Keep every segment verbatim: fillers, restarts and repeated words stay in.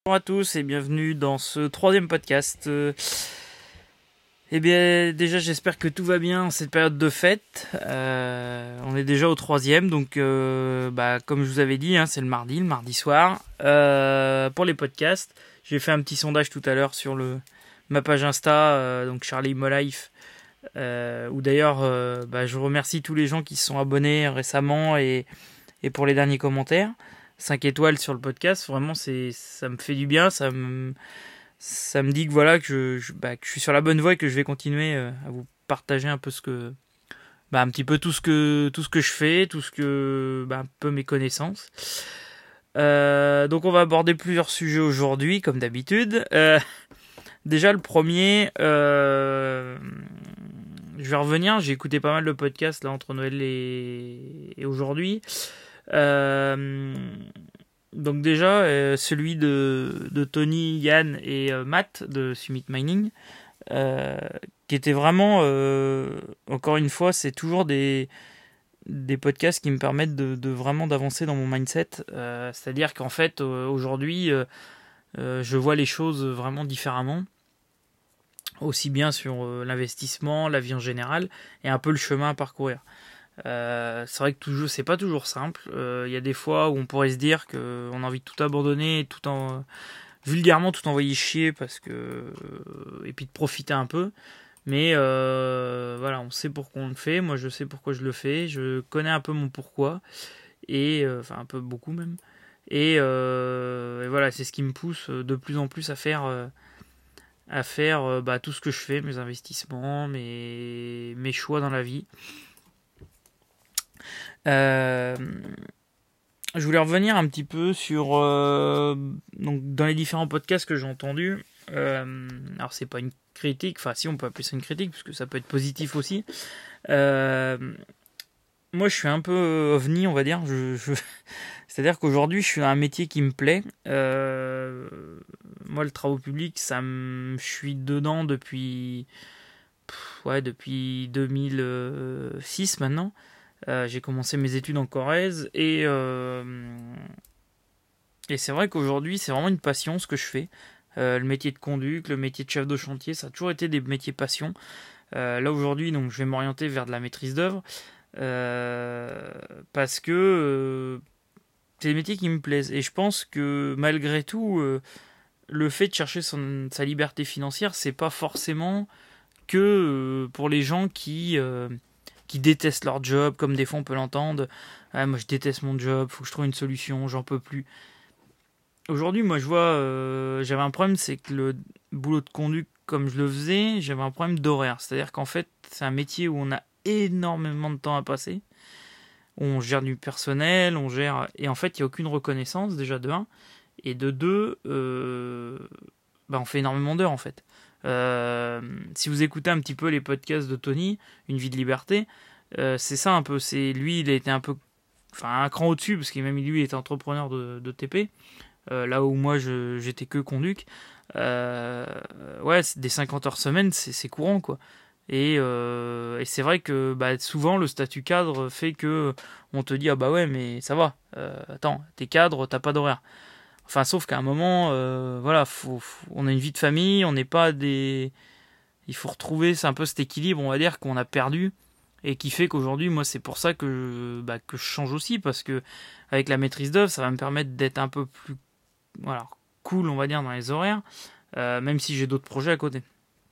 Bonjour à tous et bienvenue dans ce troisième podcast. Euh, eh bien, déjà, j'espère que tout va bien en cette période de fête. Euh, on est déjà au troisième, donc euh, bah, comme je vous avais dit, hein, c'est le mardi, le mardi soir. Euh, pour les podcasts, j'ai fait un petit sondage tout à l'heure sur le ma page Insta, euh, donc Charlie Molife. Euh, où d'ailleurs, euh, bah, je remercie tous les gens qui se sont abonnés récemment et, et pour les derniers commentaires. cinq étoiles sur le podcast, vraiment c'est ça me fait du bien, ça me ça me dit que voilà que je, je bah, que je suis sur la bonne voie et que je vais continuer euh, à vous partager un peu ce que bah un petit peu tout ce que tout ce que je fais, tout ce que bah, un peu mes connaissances. Euh, donc on va aborder plusieurs sujets aujourd'hui comme d'habitude. Euh, déjà le premier euh, je vais revenir, j'ai écouté pas mal de podcasts là entre Noël et, et aujourd'hui. Euh, donc déjà, euh, celui de, de Tony, Yann et euh, Matt de Summit Mining, euh, qui était vraiment, euh, encore une fois, c'est toujours des, des podcasts qui me permettent de, de vraiment d'avancer dans mon mindset. Euh, c'est-à-dire qu'en fait, euh, aujourd'hui, euh, euh, je vois les choses vraiment différemment. Aussi bien sur euh, l'investissement, la vie en général, et un peu le chemin à parcourir. Euh, c'est vrai que toujours, c'est pas toujours simple. Il euh, y a des fois où on pourrait se dire qu'on a envie de tout abandonner, tout en vulgairement tout envoyer chier parce que euh, et puis de profiter un peu. Mais euh, voilà, on sait pourquoi on le fait. Moi, je sais pourquoi je le fais. Je connais un peu mon pourquoi et euh, enfin un peu beaucoup même. Et, euh, et voilà, c'est ce qui me pousse de plus en plus à faire. Euh, à faire euh, bah, tout ce que je fais, mes investissements, mes, mes choix dans la vie. Euh, je voulais revenir un petit peu sur euh, donc dans les différents podcasts que j'ai entendus. Euh, alors c'est pas une critique, enfin si on peut appeler ça une critique parce que ça peut être positif aussi. Euh, moi je suis un peu ovni on va dire. Je, je... C'est-à-dire qu'aujourd'hui je suis dans un métier qui me plaît. Euh, moi le travaux public, ça me... je suis dedans depuis pff, ouais depuis deux mille six maintenant. Euh, j'ai commencé mes études en Corrèze et, euh, et c'est vrai qu'aujourd'hui c'est vraiment une passion ce que je fais. Euh, le métier de conduc, le métier de chef de chantier, ça a toujours été des métiers passion. Euh, là aujourd'hui donc je vais m'orienter vers de la maîtrise d'œuvre euh, parce que euh, c'est des métiers qui me plaisent et je pense que malgré tout euh, le fait de chercher son, sa liberté financière c'est pas forcément que euh, pour les gens qui euh, qui détestent leur job, comme des fois on peut l'entendre. Ah, moi je déteste mon job, faut que je trouve une solution, j'en peux plus. Aujourd'hui, moi je vois, euh, j'avais un problème, c'est que le boulot de conduite, comme je le faisais, j'avais un problème d'horaire. C'est-à-dire qu'en fait, c'est un métier où on a énormément de temps à passer. On gère du personnel, on gère. Et en fait, il n'y a aucune reconnaissance, déjà de un. Et de deux, euh... bah, on fait énormément d'heures en fait. Euh, si vous écoutez un petit peu les podcasts de Tony, Une vie de liberté, euh, c'est ça un peu. C'est lui, il a été un peu, enfin un cran au-dessus parce qu'il même lui, il était entrepreneur de, de T P, euh, là où moi, je, j'étais que conduc. Euh, ouais, des cinquante heures semaine, c'est, c'est courant quoi. Et, euh, et c'est vrai que bah, souvent le statut cadre fait que on te dit ah bah ouais mais ça va. Euh, attends, t'es cadre, t'as pas d'horaire. Enfin, sauf qu'à un moment, euh, voilà, faut, faut, on a une vie de famille, on n'est pas des. Il faut retrouver, c'est un peu cet équilibre, on va dire, qu'on a perdu et qui fait qu'aujourd'hui, moi, c'est pour ça que, bah, que je change aussi parce que avec la maîtrise d'œuvre, ça va me permettre d'être un peu plus, voilà, cool, on va dire, dans les horaires, euh, même si j'ai d'autres projets à côté.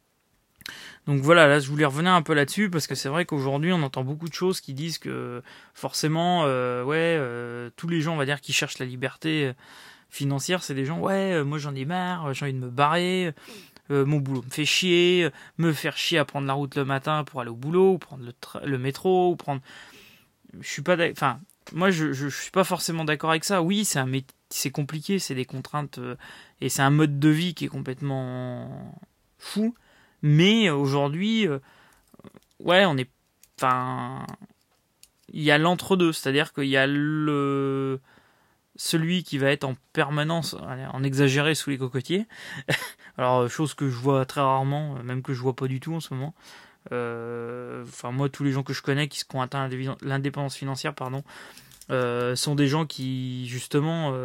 Donc voilà, là, je voulais revenir un peu là-dessus parce que c'est vrai qu'aujourd'hui, on entend beaucoup de choses qui disent que forcément, euh, ouais, euh, tous les gens, on va dire, qui cherchent la liberté financière, c'est des gens, ouais, euh, moi j'en ai marre, j'ai envie de me barrer, euh, mon boulot me fait chier, euh, me faire chier à prendre la route le matin pour aller au boulot, ou prendre le, tra- le métro, ou prendre... Je suis pas d'accord... Enfin, moi je, je, je suis pas forcément d'accord avec ça. Oui, c'est un mét- c'est compliqué, c'est des contraintes, euh, et c'est un mode de vie qui est complètement fou, mais aujourd'hui, euh, ouais, on est... Enfin... Il y a l'entre-deux, c'est-à-dire qu'il y a le... celui qui va être en permanence, en exagéré sous les cocotiers. Alors, chose que je vois très rarement, même que je vois pas du tout en ce moment. Euh, enfin, moi, tous les gens que je connais qui ont atteint l'indépendance financière, pardon, euh, sont des gens qui, justement, euh,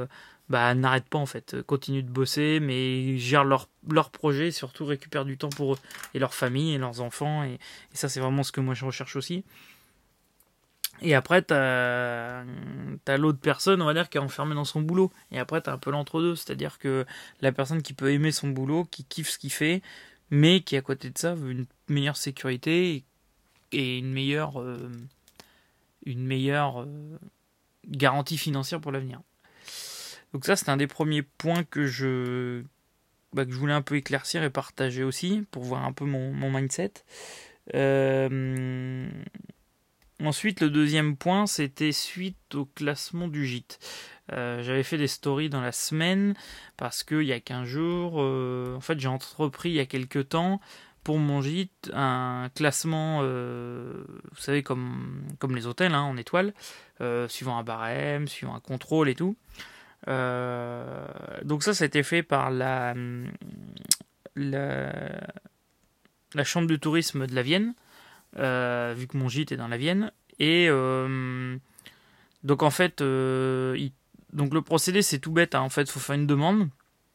bah, n'arrêtent pas en fait, continuent de bosser, mais gèrent leur, leur projet, surtout récupèrent du temps pour eux et leur famille et leurs enfants, et, et ça c'est vraiment ce que moi je recherche aussi. Et après, t'as, t'as l'autre personne, on va dire, qui est enfermée dans son boulot. Et après, t'as un peu l'entre-deux. C'est-à-dire que la personne qui peut aimer son boulot, qui kiffe ce qu'il fait, mais qui, à côté de ça, veut une meilleure sécurité et une meilleure, euh, une meilleure euh, garantie financière pour l'avenir. Donc ça, c'est un des premiers points que je, bah, que je voulais un peu éclaircir et partager aussi, pour voir un peu mon, mon mindset. Euh... Ensuite, le deuxième point, c'était suite au classement du gîte. Euh, j'avais fait des stories dans la semaine parce qu'il y a quinze jours, euh, en fait, j'ai entrepris il y a quelques temps pour mon gîte un classement, euh, vous savez, comme, comme les hôtels, hein, en étoiles, euh, suivant un barème, suivant un contrôle et tout. Euh, donc ça, ça a été fait par la, la, la chambre de tourisme de la Vienne. Euh, vu que mon gîte est dans la Vienne. Et euh, donc en fait, euh, il, donc le procédé c'est tout bête. Hein. En fait, il faut faire une demande.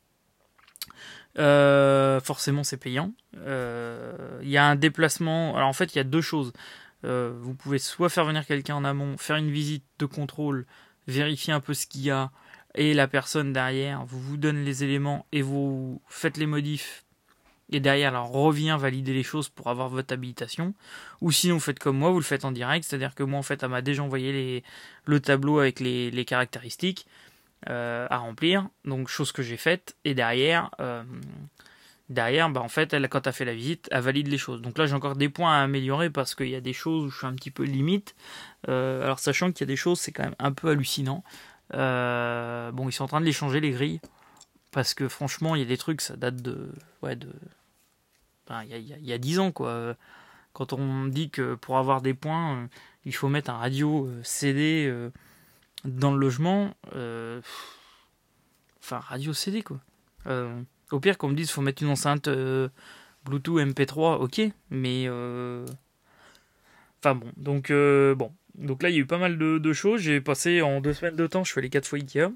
Euh, forcément, c'est payant. Il euh, y a un déplacement. Alors en fait, il y a deux choses. Euh, vous pouvez soit faire venir quelqu'un en amont, faire une visite de contrôle, vérifier un peu ce qu'il y a, et la personne derrière vous vous donne les éléments et vous faites les modifs. Et derrière, alors, revient valider les choses pour avoir votre habilitation. Ou sinon, vous faites comme moi, vous le faites en direct. C'est-à-dire que moi, en fait, elle m'a déjà envoyé les, le tableau avec les, les caractéristiques euh, à remplir. Donc, chose que j'ai faite. Et derrière, euh, derrière bah, en fait, elle, quand elle a fait la visite, elle valide les choses. Donc là, j'ai encore des points à améliorer parce qu'il y a des choses où je suis un petit peu limite. Euh, alors, sachant qu'il y a des choses, c'est quand même un peu hallucinant. Euh, bon, ils sont en train de les changer, les grilles. Parce que franchement, il y a des trucs, ça date de... Ouais, de... Enfin, il y a, il y a dix ans, quoi. Quand on dit que pour avoir des points, euh, il faut mettre un radio euh, C D euh, dans le logement. Euh, enfin, radio C D, quoi. Euh, au pire, qu'on me dise qu'il faut mettre une enceinte euh, Bluetooth M P trois, ok. Mais... Euh... Enfin bon, donc euh, bon. Donc là, il y a eu pas mal de, de choses. J'ai passé en deux semaines de temps, je fais les quatre fois Ikea.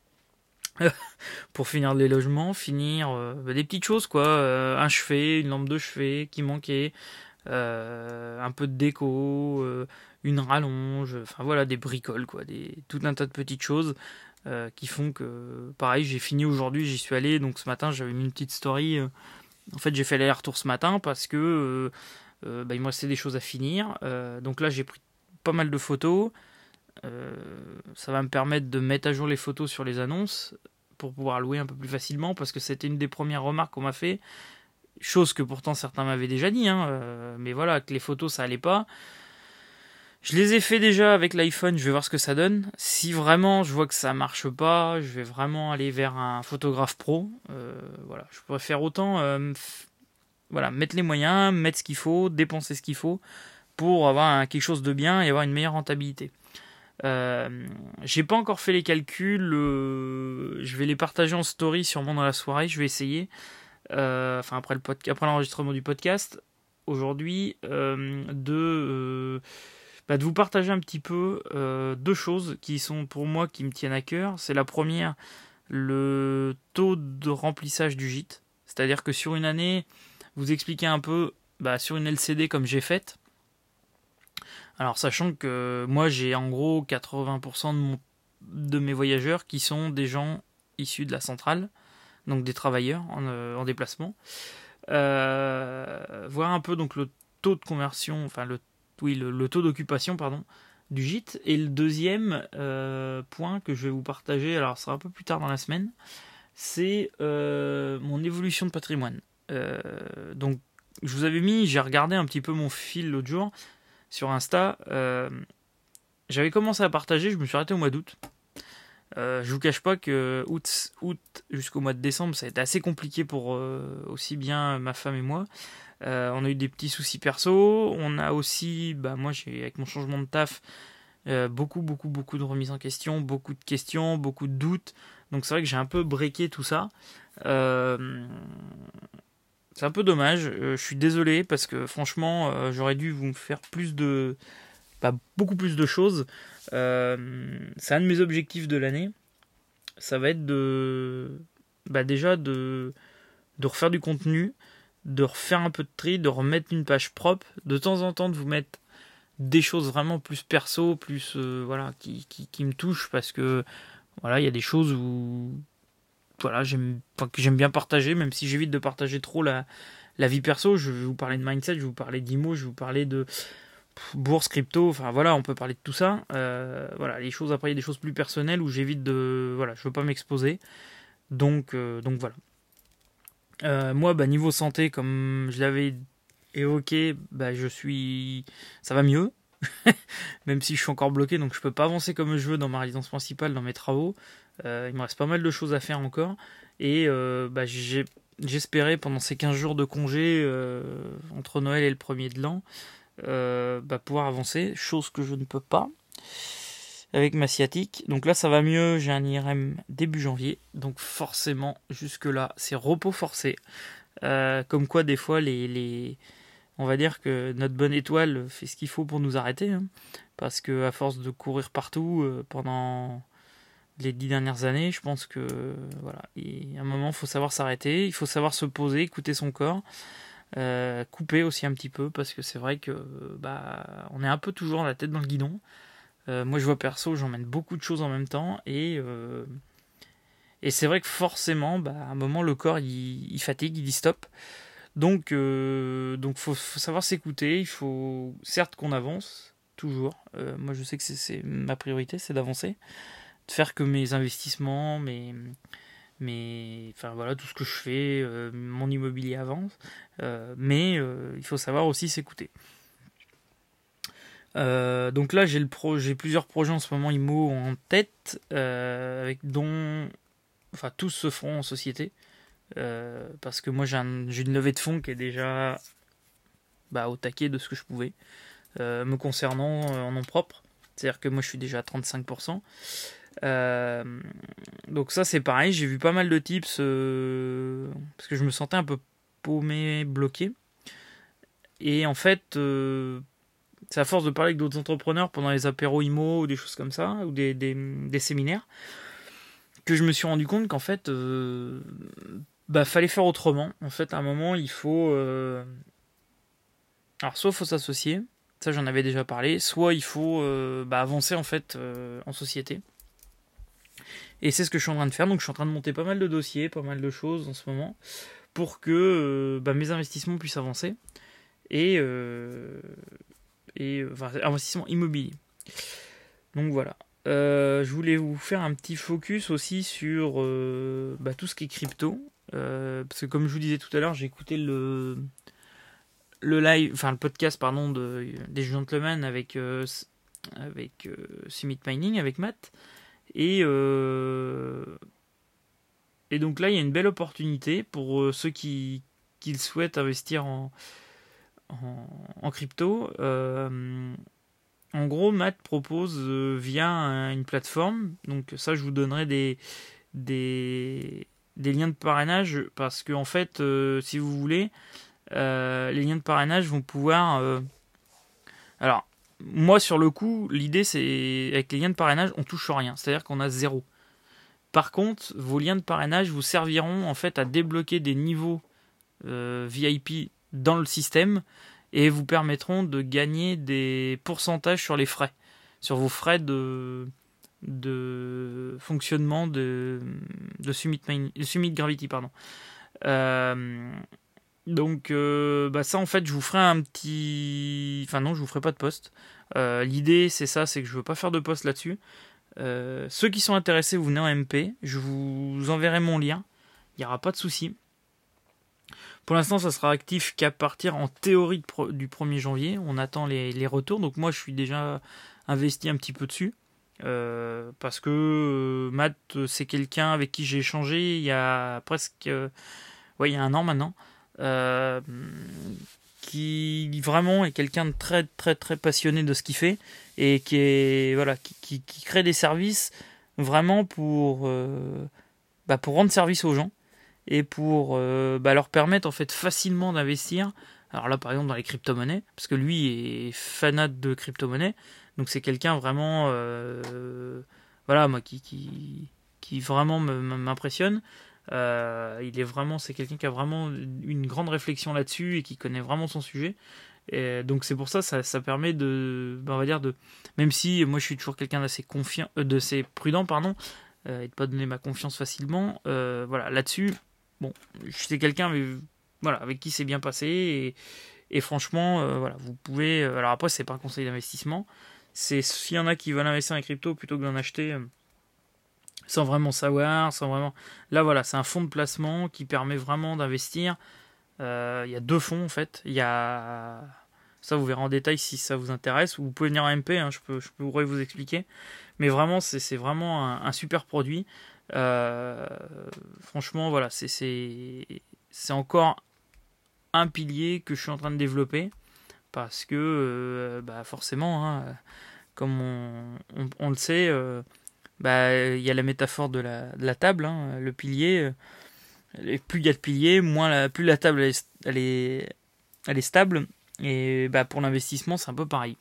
Pour finir les logements, finir euh, bah, des petites choses quoi, euh, un chevet, une lampe de chevet qui manquait, euh, un peu de déco, euh, une rallonge, enfin voilà des bricoles quoi, des tout un tas de petites choses euh, qui font que pareil j'ai fini aujourd'hui, j'y suis allé donc ce matin j'avais mis une petite story. Euh, en fait j'ai fait l'aller-retour ce matin parce que euh, euh, bah, il me restait des choses à finir, euh, donc là j'ai pris pas mal de photos. Euh, ça va me permettre de mettre à jour les photos sur les annonces pour pouvoir louer un peu plus facilement parce que c'était une des premières remarques qu'on m'a fait, chose que pourtant certains m'avaient déjà dit, hein, euh, mais voilà, que les photos ça allait pas. Je les ai fait déjà avec l'iPhone, je vais voir ce que ça donne. Si vraiment je vois que ça marche pas, je vais vraiment aller vers un photographe pro. Euh, voilà, je préfère autant euh, f- voilà, mettre les moyens, mettre ce qu'il faut, dépenser ce qu'il faut pour avoir un, quelque chose de bien et avoir une meilleure rentabilité. Euh, j'ai pas encore fait les calculs, euh, je vais les partager en story sûrement dans la soirée, je vais essayer, euh, enfin après, le pod- après l'enregistrement du podcast, aujourd'hui, euh, de, euh, bah, de vous partager un petit peu euh, deux choses qui sont pour moi qui me tiennent à cœur. C'est la première, le taux de remplissage du gîte, c'est-à-dire que sur une année, vous expliquez un peu, bah, sur une L C D comme j'ai faite. Alors sachant que moi j'ai en gros quatre-vingts pour cent de, mon, de mes voyageurs qui sont des gens issus de la centrale, donc des travailleurs en, euh, en déplacement. Euh, voir un peu donc le taux de conversion, enfin le, oui, le, le taux d'occupation pardon, du gîte. Et le deuxième euh, point que je vais vous partager, alors ce sera un peu plus tard dans la semaine, c'est euh, mon évolution de patrimoine. Euh, donc je vous avais mis, j'ai regardé un petit peu mon fil l'autre jour sur Insta, euh, j'avais commencé à partager, je me suis arrêté au mois d'août. Euh, je vous cache pas que août, août jusqu'au mois de décembre, ça a été assez compliqué pour euh, aussi bien ma femme et moi. Euh, on a eu des petits soucis perso. On a aussi, bah moi, j'ai avec mon changement de taf, euh, beaucoup, beaucoup, beaucoup de remises en question, beaucoup de questions, beaucoup de doutes. Donc c'est vrai que j'ai un peu breaké tout ça. Euh, c'est un peu dommage. Euh, je suis désolé parce que franchement, euh, j'aurais dû vous faire plus de, pas beaucoup plus de choses. Euh, c'est un de mes objectifs de l'année. ça va être de, bah déjà de, de refaire du contenu, de refaire un peu de tri, de remettre une page propre, de temps en temps de vous mettre des choses vraiment plus perso, plus euh, voilà, qui, qui, qui me touchent, parce que voilà, il y a des choses où voilà, j'aime, enfin, que j'aime bien partager, même si j'évite de partager trop la, la vie perso. Je vais vous parler de mindset, je vais vous parler d'I M O, je vais vous parler de bourse, crypto, enfin voilà, on peut parler de tout ça. Euh, voilà, les choses, après il y a des choses plus personnelles où j'évite de, voilà, je veux pas m'exposer. Donc, euh, donc voilà. Euh, moi, bah, niveau santé, comme je l'avais évoqué, bah, je suis, ça va mieux. Même si je suis encore bloqué, donc je peux pas avancer comme je veux dans ma résidence principale, dans mes travaux. Euh, il me reste pas mal de choses à faire encore. Et euh, bah, j'ai, j'espérais pendant ces quinze jours de congé, euh, entre Noël et le premier de l'an, euh, bah, pouvoir avancer, chose que je ne peux pas avec ma sciatique. Donc là ça va mieux, j'ai un I R M début janvier, donc forcément jusque là c'est repos forcé. Euh, comme quoi des fois les, les on va dire que notre bonne étoile fait ce qu'il faut pour nous arrêter, hein, parce que à force de courir partout euh, pendant les dix dernières années, je pense que voilà, il, à un moment il faut savoir s'arrêter, il faut savoir se poser, écouter son corps. Euh, couper aussi un petit peu, parce que c'est vrai que bah on est un peu toujours la tête dans le guidon. Euh, moi je vois perso, j'emmène beaucoup de choses en même temps, et euh, et c'est vrai que forcément bah, à un moment le corps il, il fatigue, il dit stop. Donc euh, donc faut, faut savoir s'écouter. Il faut certes qu'on avance toujours. Euh, moi je sais que c'est, c'est ma priorité, c'est d'avancer, de faire que mes investissements, mes mais enfin voilà, tout ce que je fais, euh, mon immobilier avance, euh, mais euh, il faut savoir aussi s'écouter. Euh, donc là j'ai le pro, j'ai plusieurs projets en ce moment I M O en tête, euh, avec dont enfin tous se feront en société, euh, parce que moi j'ai, un, j'ai une levée de fonds qui est déjà bah, au taquet de ce que je pouvais, euh, me concernant euh, en nom propre, c'est à dire que moi je suis déjà à trente-cinq pour cent. Euh, donc ça c'est pareil, j'ai vu pas mal de tips, euh, parce que je me sentais un peu paumé, bloqué, et en fait euh, c'est à force de parler avec d'autres entrepreneurs pendant les apéros I M O ou des choses comme ça, ou des, des, des séminaires, que je me suis rendu compte qu'en fait euh, bah fallait faire autrement. En fait à un moment il faut euh, alors soit il faut s'associer, ça j'en avais déjà parlé, soit il faut euh, bah, avancer en fait euh, en société. Et c'est ce que je suis en train de faire, donc je suis en train de monter pas mal de dossiers, pas mal de choses en ce moment, pour que euh, bah, mes investissements puissent avancer, et, euh, et enfin, investissement immobilier. Donc voilà. Euh, je voulais vous faire un petit focus aussi sur euh, bah, tout ce qui est crypto, euh, parce que comme je vous disais tout à l'heure, j'ai écouté le le live, enfin le podcast pardon de des Gentlemen avec euh, avec euh, Summit Mining avec Matt. Et, euh, et donc là, il y a une belle opportunité pour euh, ceux qui, qui souhaitent investir en, en, en crypto. Euh, en gros, Matt propose euh, via un- une plateforme, donc ça, je vous donnerai des, des, des liens de parrainage, parce que en fait, euh, si vous voulez, euh, les liens de parrainage vont pouvoir... euh, alors, moi, sur le coup, l'idée, c'est avec les liens de parrainage, on touche rien, c'est-à-dire qu'on a zéro. Par contre, vos liens de parrainage vous serviront en fait à débloquer des niveaux euh, V I P dans le système, et vous permettront de gagner des pourcentages sur les frais, sur vos frais de, de fonctionnement de, de Summit, Mine- Summit Gravity. Pardon. Euh, donc euh, bah ça en fait je vous ferai un petit... Enfin non, je vous ferai pas de post. Euh, l'idée c'est ça, c'est que je veux pas faire de post là-dessus. Euh, ceux qui sont intéressés, vous venez en M P, je vous enverrai mon lien, il n'y aura pas de souci. Pour l'instant, ça sera actif qu'à partir en théorie de pro- du premier janvier. On attend les, les retours, donc moi je suis déjà investi un petit peu dessus. Euh, parce que euh, Matt, c'est quelqu'un avec qui j'ai échangé il y a presque euh, ouais, il y a un an maintenant. Euh, qui vraiment est quelqu'un de très très très passionné de ce qu'il fait, et qui est voilà qui, qui, qui crée des services vraiment pour euh, bah, pour rendre service aux gens, et pour euh, bah, leur permettre en fait facilement d'investir. Alors là par exemple dans les crypto-monnaies, parce que lui est fanat de crypto-monnaies, donc c'est quelqu'un vraiment euh, voilà moi qui, qui qui vraiment me, m'impressionne. Euh, il est vraiment, c'est quelqu'un qui a vraiment une grande réflexion là-dessus et qui connaît vraiment son sujet. Et donc c'est pour ça, ça, ça permet de, ben on va dire de, même si moi je suis toujours quelqu'un d'assez confiant, euh, d'assez prudent, pardon, euh, et de pas donner ma confiance facilement. Euh, voilà, là-dessus, bon, c'est quelqu'un, mais voilà, avec qui c'est bien passé et, et franchement, euh, voilà, vous pouvez. Euh, alors après, c'est pas un conseil d'investissement. C'est s'il y en a qui veulent investir en crypto plutôt que d'en acheter. Euh, sans vraiment savoir, sans vraiment. Là, voilà, c'est un fonds de placement qui permet vraiment d'investir. Euh, Il y a deux fonds en fait. Il y a ça, vous verrez en détail si ça vous intéresse. Ou vous pouvez venir en M P, hein, je, peux, je pourrais vous expliquer. Mais vraiment, c'est, c'est vraiment un, un super produit. Euh, franchement, voilà, c'est, c'est, c'est encore un pilier que je suis en train de développer. Parce que, euh, bah forcément, hein, comme on, on, on le sait, euh, bah, il y a la métaphore de la, de la table, hein, le pilier. Et plus il y a de piliers, moins la, plus la table elle est, elle est, elle est stable. Et bah, pour l'investissement, c'est un peu pareil.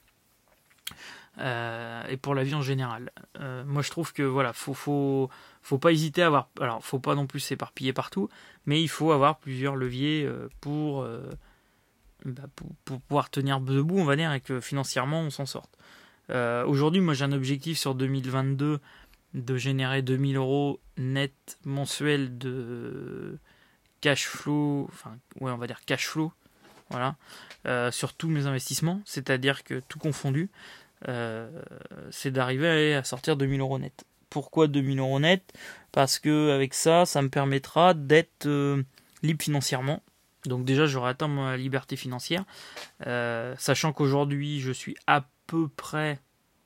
Euh, et pour la vie en général. Euh, moi, je trouve que voilà, faut, faut, faut pas hésiter à avoir. Alors, faut pas non plus s'éparpiller partout, mais il faut avoir plusieurs leviers pour, euh, bah, pour, pour pouvoir tenir debout, on va dire, et que financièrement, on s'en sorte. Euh, aujourd'hui, moi, j'ai un objectif sur deux mille vingt-deux de générer deux mille euros net mensuels de cash flow, enfin, ouais, on va dire cash flow, voilà, euh, sur tous mes investissements, c'est-à-dire que tout confondu, euh, c'est d'arriver à sortir deux mille euros net. Pourquoi deux mille euros net ? Parce que avec ça, ça me permettra d'être euh, libre financièrement. Donc déjà, j'aurai atteint ma liberté financière, euh, sachant qu'aujourd'hui, je suis à peu près,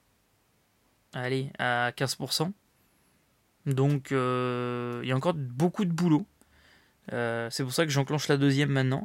allez, à quinze pour cent. Donc, euh, il y a encore beaucoup de boulot. Euh, c'est pour ça que j'enclenche la deuxième maintenant.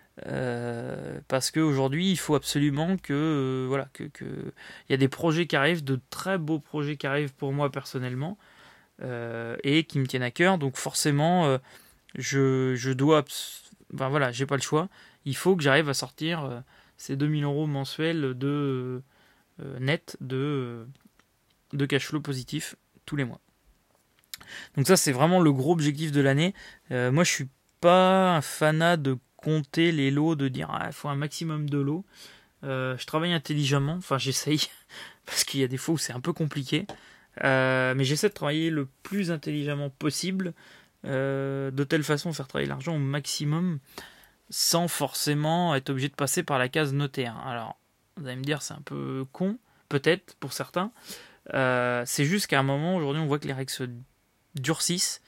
Euh, parce qu'aujourd'hui, il faut absolument que, euh, voilà, que, que, il y a des projets qui arrivent, de très beaux projets qui arrivent pour moi personnellement, euh, et qui me tiennent à cœur. Donc forcément, euh, je, je dois, enfin voilà, j'ai pas le choix. Il faut que j'arrive à sortir euh, ces deux mille euros mensuels de euh, net de, de cash flow positif tous les mois. Donc ça, c'est vraiment le gros objectif de l'année. Euh, moi, je suis pas un fanat de compter les lots, de dire ah, il faut un maximum de lots. Euh, je travaille intelligemment, enfin j'essaye, parce qu'il y a des fois où c'est un peu compliqué. Euh, mais j'essaie de travailler le plus intelligemment possible, euh, de telle façon faire travailler l'argent au maximum, sans forcément être obligé de passer par la case notaire. Alors, vous allez me dire, c'est un peu con, peut-être, pour certains. Euh, c'est juste qu'à un moment, aujourd'hui, on voit que les règles se durcissent.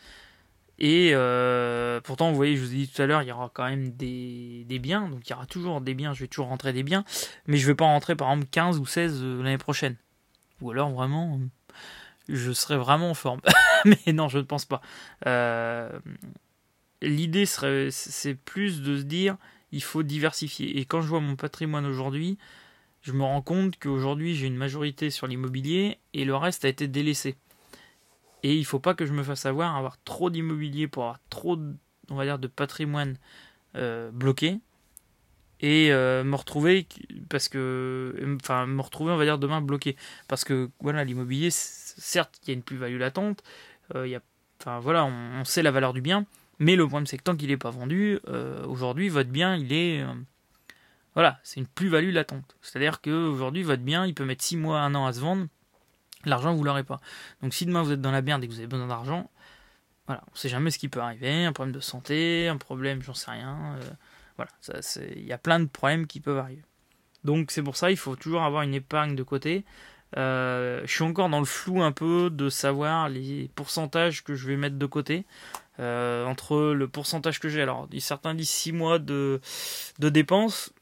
Et euh, pourtant, vous voyez, je vous ai dit tout à l'heure, il y aura quand même des, des biens. Donc, il y aura toujours des biens, je vais toujours rentrer des biens. Mais je ne vais pas rentrer, par exemple, quinze ou seize euh, l'année prochaine. Ou alors, vraiment, je serai vraiment en forme. Mais non, je ne pense pas. Euh, l'idée, serait, c'est plus de se dire, il faut diversifier. Et quand je vois mon patrimoine aujourd'hui, je me rends compte qu'aujourd'hui, j'ai une majorité sur l'immobilier et le reste a été délaissé. Et il ne faut pas que je me fasse avoir, avoir trop d'immobilier pour avoir trop, on va dire, de patrimoine euh, bloqué. Et euh, me retrouver, parce que, enfin, me retrouver, on va dire, demain bloqué. Parce que, voilà, l'immobilier, certes, il y a une plus-value latente. Euh, il y a, enfin, voilà, on, on sait la valeur du bien. Mais le problème, c'est que tant qu'il n'est pas vendu, euh, aujourd'hui, votre bien, il est... Euh, voilà, c'est une plus-value latente. C'est-à-dire qu'aujourd'hui, votre bien, il peut mettre six mois, un an à se vendre. L'argent, vous l'aurez pas. Donc si demain vous êtes dans la merde et que vous avez besoin d'argent, voilà, on sait jamais ce qui peut arriver, un problème de santé, un problème, j'en sais rien. Euh, voilà, il y a plein de problèmes qui peuvent arriver. Donc c'est pour ça il faut toujours avoir une épargne de côté. Euh, je suis encore dans le flou un peu de savoir les pourcentages que je vais mettre de côté. Euh, entre le pourcentage que j'ai, alors certains disent six mois de, de dépenses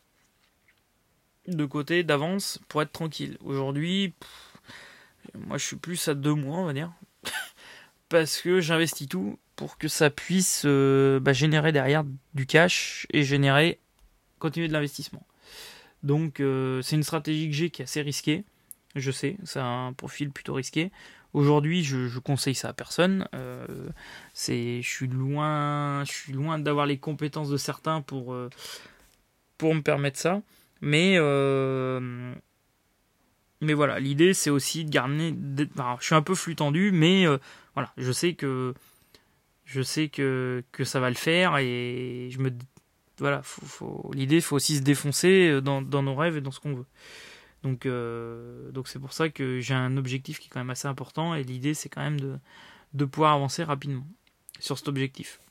de côté, d'avance, pour être tranquille. Aujourd'hui, pff, moi, je suis plus à deux mois, on va dire. Parce que j'investis tout pour que ça puisse euh, bah, générer derrière du cash et générer, continuer de l'investissement. Donc, euh, c'est une stratégie que j'ai qui est assez risquée. Je sais, c'est un profil plutôt risqué. Aujourd'hui, je, je conseille ça à personne. Euh, c'est, je suis loin, je suis loin d'avoir les compétences de certains pour, euh, pour me permettre ça. Mais... Euh, mais voilà, l'idée c'est aussi de garder. Alors, je suis un peu flux tendu, mais euh, voilà, je sais que je sais que que ça va le faire et je me voilà, faut, faut, l'idée, il faut aussi se défoncer dans, dans nos rêves et dans ce qu'on veut. Donc, euh, donc c'est pour ça que j'ai un objectif qui est quand même assez important et l'idée, c'est quand même de, de pouvoir avancer rapidement sur cet objectif.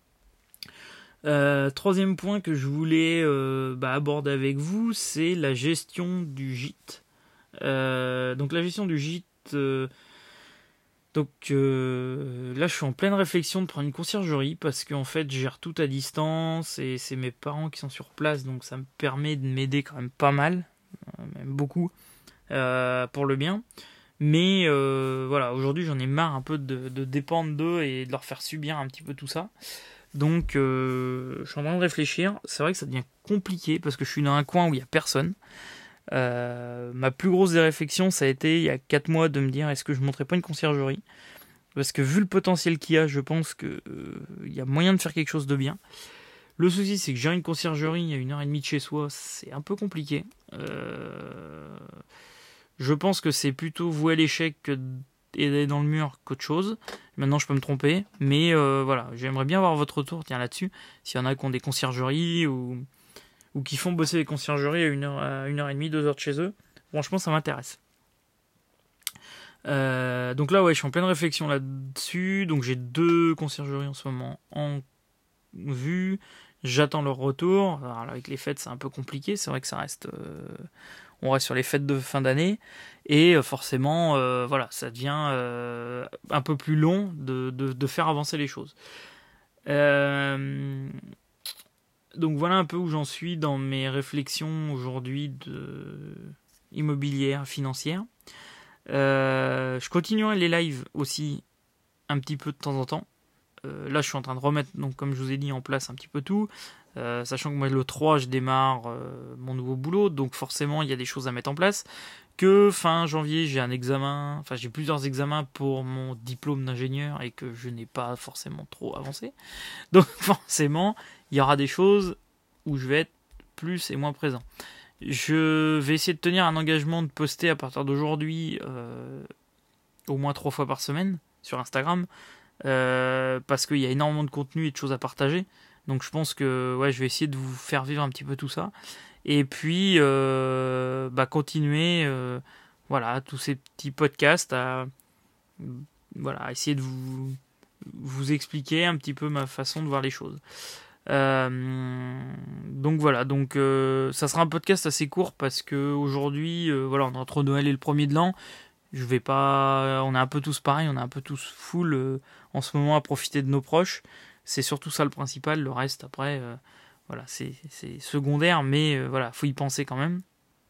Euh, troisième point que je voulais euh, bah, aborder avec vous, c'est la gestion du gîte. Euh, donc la gestion du gîte... Euh, Donc euh, là, je suis en pleine réflexion de prendre une conciergerie parce qu'en fait, je gère tout à distance et c'est mes parents qui sont sur place, donc ça me permet de m'aider quand même pas mal, euh, même beaucoup, euh, pour le bien. Mais euh, voilà, aujourd'hui, j'en ai marre un peu de, de dépendre d'eux et de leur faire subir un petit peu tout ça. Donc, euh, je suis en train de réfléchir. C'est vrai que ça devient compliqué parce que je suis dans un coin où il n'y a personne. Euh, ma plus grosse des réflexions, ça a été il y a quatre mois de me dire est-ce que je ne monterais pas une conciergerie, parce que vu le potentiel qu'il y a, je pense qu'il euh, y a moyen de faire quelque chose de bien. Le souci, c'est que j'ai une conciergerie à une heure et demie de chez soi, c'est un peu compliqué. Euh, je pense que c'est plutôt voué à l'échec que d'aller dans le mur qu'autre chose. Maintenant, je peux me tromper, mais euh, voilà, j'aimerais bien avoir votre retour, tiens, là-dessus, s'il y en a qui ont des conciergeries ou ou qui font bosser les conciergeries à une heure, à une heure et demie, deux heures de chez eux. Franchement, ça m'intéresse. Euh, donc là, ouais, je suis en pleine réflexion là-dessus. Donc j'ai deux conciergeries en ce moment en vue. J'attends leur retour. Alors, avec les fêtes, c'est un peu compliqué. C'est vrai que ça reste... Euh, on reste sur les fêtes de fin d'année. Et euh, forcément, euh, voilà, ça devient euh, un peu plus long de, de, de faire avancer les choses. Euh... Donc voilà un peu où j'en suis dans mes réflexions aujourd'hui de immobilière, financière. Euh, je continuerai les lives aussi un petit peu de temps en temps. Euh, là, je suis en train de remettre, donc comme je vous ai dit, en place un petit peu tout. Euh, sachant que moi, le trois, je démarre euh, mon nouveau boulot, donc forcément, il y a des choses à mettre en place. Que fin janvier, j'ai un examen, enfin j'ai plusieurs examens pour mon diplôme d'ingénieur et que je n'ai pas forcément trop avancé. Donc forcément, il y aura des choses où je vais être plus et moins présent. Je vais essayer de tenir un engagement de poster à partir d'aujourd'hui euh, au moins trois fois par semaine sur Instagram euh, parce qu'il y a énormément de contenu et de choses à partager. Donc je pense que ouais, je vais essayer de vous faire vivre un petit peu tout ça. Et puis euh, bah, continuer euh, voilà, tous ces petits podcasts à voilà, essayer de vous, vous expliquer un petit peu ma façon de voir les choses. Euh, donc voilà, donc euh, ça sera un podcast assez court parce que aujourd'hui, euh, voilà, on est entre Noël et le premier de l'an. Je vais pas, on est un peu tous pareils, on est un peu tous full euh, en ce moment à profiter de nos proches. C'est surtout ça le principal. Le reste après, euh, voilà, c'est, c'est secondaire, mais euh, voilà, faut y penser quand même.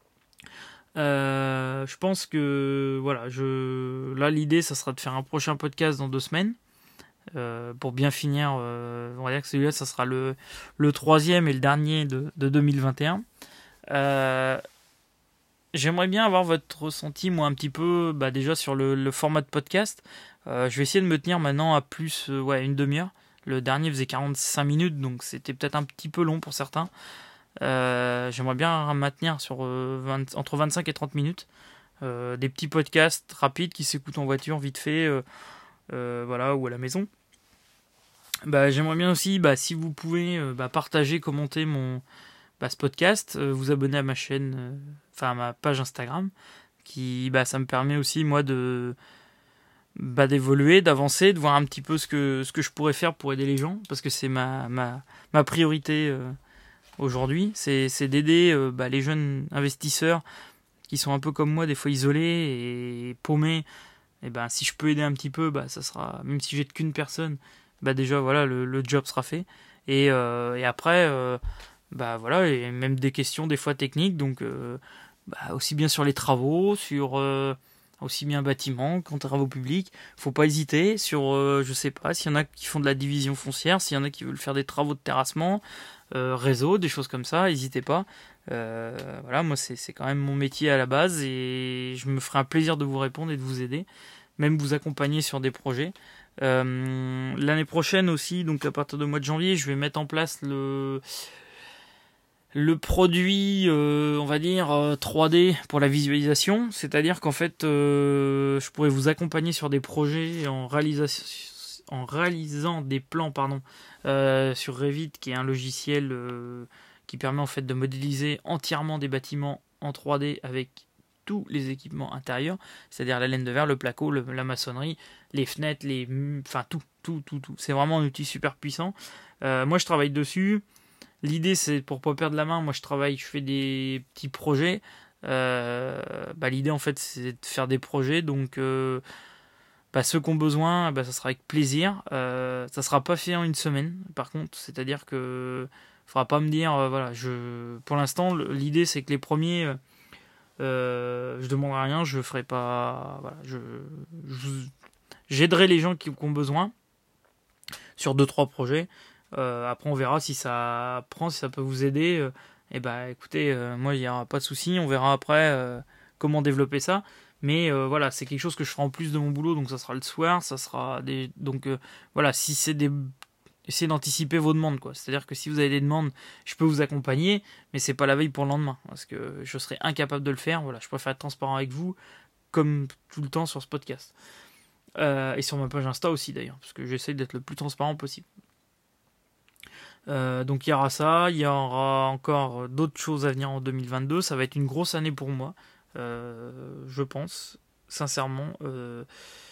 Euh, je pense que voilà, je là l'idée, ça sera de faire un prochain podcast dans deux semaines. Euh, pour bien finir, euh, on va dire que celui-là, ça sera le, le troisième et le dernier de, de deux mille vingt et un. Euh, j'aimerais bien avoir votre ressenti, moi, un petit peu, bah, déjà sur le, le format de podcast. Euh, je vais essayer de me tenir maintenant à plus, euh, ouais, une demi-heure. Le dernier faisait quarante-cinq minutes, donc c'était peut-être un petit peu long pour certains. Euh, j'aimerais bien maintenir sur euh, vingt, entre vingt-cinq et trente minutes. Euh, des petits podcasts rapides qui s'écoutent en voiture vite fait. Euh, Euh, voilà, ou à la maison. Bah, j'aimerais bien aussi, bah, si vous pouvez, euh, bah, partager, commenter mon, bah, ce podcast, euh, vous abonner à ma chaîne, euh, enfin à ma page Instagram, qui, bah, ça me permet aussi moi de, bah, d'évoluer, d'avancer, de voir un petit peu ce que ce que je pourrais faire pour aider les gens, parce que c'est ma ma ma priorité euh, aujourd'hui, c'est c'est d'aider euh, bah, les jeunes investisseurs qui sont un peu comme moi, des fois isolés et paumés. Et ben si je peux aider un petit peu, bah ça sera, même si j'ai qu'une personne, bah déjà voilà, le, le job sera fait. Et, euh, et après euh, bah voilà, et même des questions des fois techniques, donc euh, bah, aussi bien sur les travaux, sur euh, aussi bien bâtiments qu'en travaux publics, faut pas hésiter sur euh, je sais pas, s'il y en a qui font de la division foncière, s'il y en a qui veulent faire des travaux de terrassement, euh, réseau, des choses comme ça, n'hésitez pas. Euh, voilà, moi c'est, c'est quand même mon métier à la base et je me ferai un plaisir de vous répondre et de vous aider, même vous accompagner sur des projets. Euh, l'année prochaine aussi, donc à partir du mois de janvier, je vais mettre en place le le produit, euh, on va dire, euh, trois D pour la visualisation. C'est-à-dire qu'en fait, euh, je pourrais vous accompagner sur des projets en, réalisation, en réalisant des plans pardon, euh, sur Revit, qui est un logiciel euh, qui permet en fait de modéliser entièrement des bâtiments en trois D avec tous les équipements intérieurs, c'est-à-dire la laine de verre, le placo, le, la maçonnerie, les fenêtres, les, enfin tout, tout, tout, tout. C'est vraiment un outil super puissant. Euh, moi, je travaille dessus. L'idée, c'est pour pas perdre la main. Moi, je travaille, je fais des petits projets. Euh, bah, l'idée, en fait, c'est de faire des projets. Donc, euh, bah, ceux qui ont besoin, bah, ça sera avec plaisir. Euh, ça sera pas fait en une semaine, par contre. C'est-à-dire que faudra pas me dire, euh, voilà, je, pour l'instant, l'idée, c'est que les premiers, euh, euh, je demanderai rien, je ferai pas, voilà, je, je j'aiderai les gens qui, qui ont besoin sur deux trois projets. Euh, après, on verra si ça prend, si ça peut vous aider. Euh, et bah, écoutez, euh, moi, il n'y aura pas de souci. On verra après euh, comment développer ça. Mais euh, voilà, c'est quelque chose que je ferai en plus de mon boulot, donc ça sera le soir, ça sera des, donc euh, voilà, si c'est des, essayez d'anticiper vos demandes, quoi. C'est-à-dire que si vous avez des demandes, je peux vous accompagner, mais c'est pas la veille pour le lendemain, parce que je serais incapable de le faire. Voilà, je préfère être transparent avec vous, comme tout le temps sur ce podcast. Euh, et sur ma page Insta aussi d'ailleurs, parce que j'essaie d'être le plus transparent possible. Euh, donc il y aura ça, il y aura encore d'autres choses à venir en deux mille vingt-deux. Ça va être une grosse année pour moi, euh, je pense, sincèrement. Euh,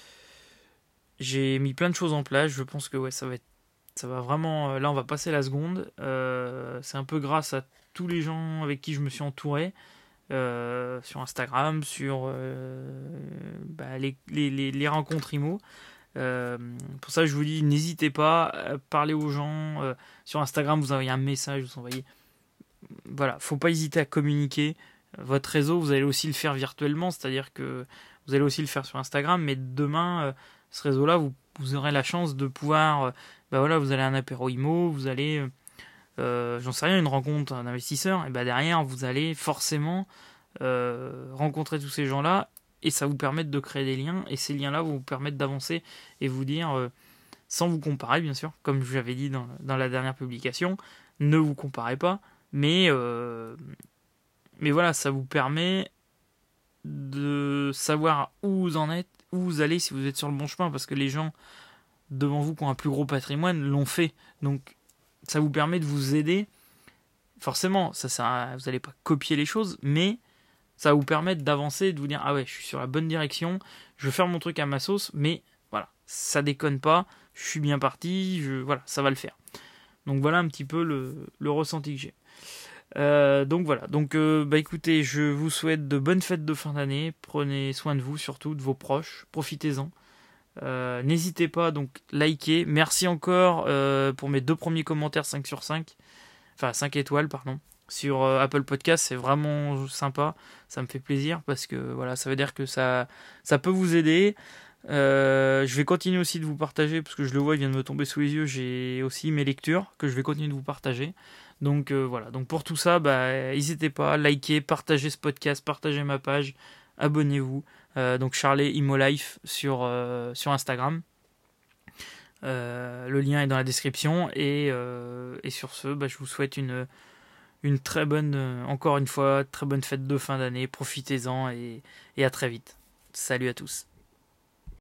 j'ai mis plein de choses en place. Je pense que ouais, ça va être, ça va vraiment. Là, on va passer la seconde. Euh, c'est un peu grâce à tous les gens avec qui je me suis entouré. Euh, sur Instagram, sur euh, bah, les, les, les, les rencontres I M O. Euh, pour ça, je vous dis, n'hésitez pas à parler aux gens. Euh, sur Instagram, vous envoyez un message, vous envoyez. Voilà, faut pas hésiter à communiquer. Votre réseau, vous allez aussi le faire virtuellement, c'est-à-dire que vous allez aussi le faire sur Instagram, mais demain, euh, ce réseau-là, vous, vous aurez la chance de pouvoir. Euh, bah voilà, vous allez à un apéro I M O, vous allez. Euh, Euh, j'en sais rien, une rencontre d'investisseurs, et ben derrière vous allez forcément euh, rencontrer tous ces gens-là et ça vous permet de créer des liens et ces liens-là vous permettent d'avancer et vous dire, euh, sans vous comparer bien sûr, comme je l'avais dit dans, dans la dernière publication, ne vous comparez pas, mais, euh, mais voilà, ça vous permet de savoir où vous en êtes, où vous allez, si vous êtes sur le bon chemin, parce que les gens devant vous qui ont un plus gros patrimoine l'ont fait, donc ça vous permet de vous aider. Forcément, ça, ça, vous n'allez pas copier les choses, mais ça va vous permettre d'avancer, de vous dire ah ouais, je suis sur la bonne direction, je vais faire mon truc à ma sauce, mais voilà, ça déconne pas, je suis bien parti, je, voilà, ça va le faire. Donc voilà un petit peu le, le ressenti que j'ai. Euh, donc voilà, donc euh, bah écoutez, je vous souhaite de bonnes fêtes de fin d'année, prenez soin de vous surtout, de vos proches, profitez-en. Euh, n'hésitez pas, donc likez. Merci encore euh, pour mes deux premiers commentaires cinq sur cinq, enfin cinq étoiles pardon, sur euh, Apple Podcast, c'est vraiment sympa, ça me fait plaisir parce que voilà, ça veut dire que ça, ça peut vous aider. Euh, je vais continuer aussi de vous partager parce que je le vois, il vient de me tomber sous les yeux, j'ai aussi mes lectures que je vais continuer de vous partager. Donc euh, voilà, donc pour tout ça, bah, n'hésitez pas, likez, partagez ce podcast, partagez ma page, abonnez-vous. Euh, donc Charlet Imolife sur, euh, sur Instagram. Euh, le lien est dans la description. Et, euh, et sur ce, bah, je vous souhaite une, une très bonne, euh, encore une fois, très bonne fête de fin d'année. Profitez-en et, et à très vite. Salut à tous.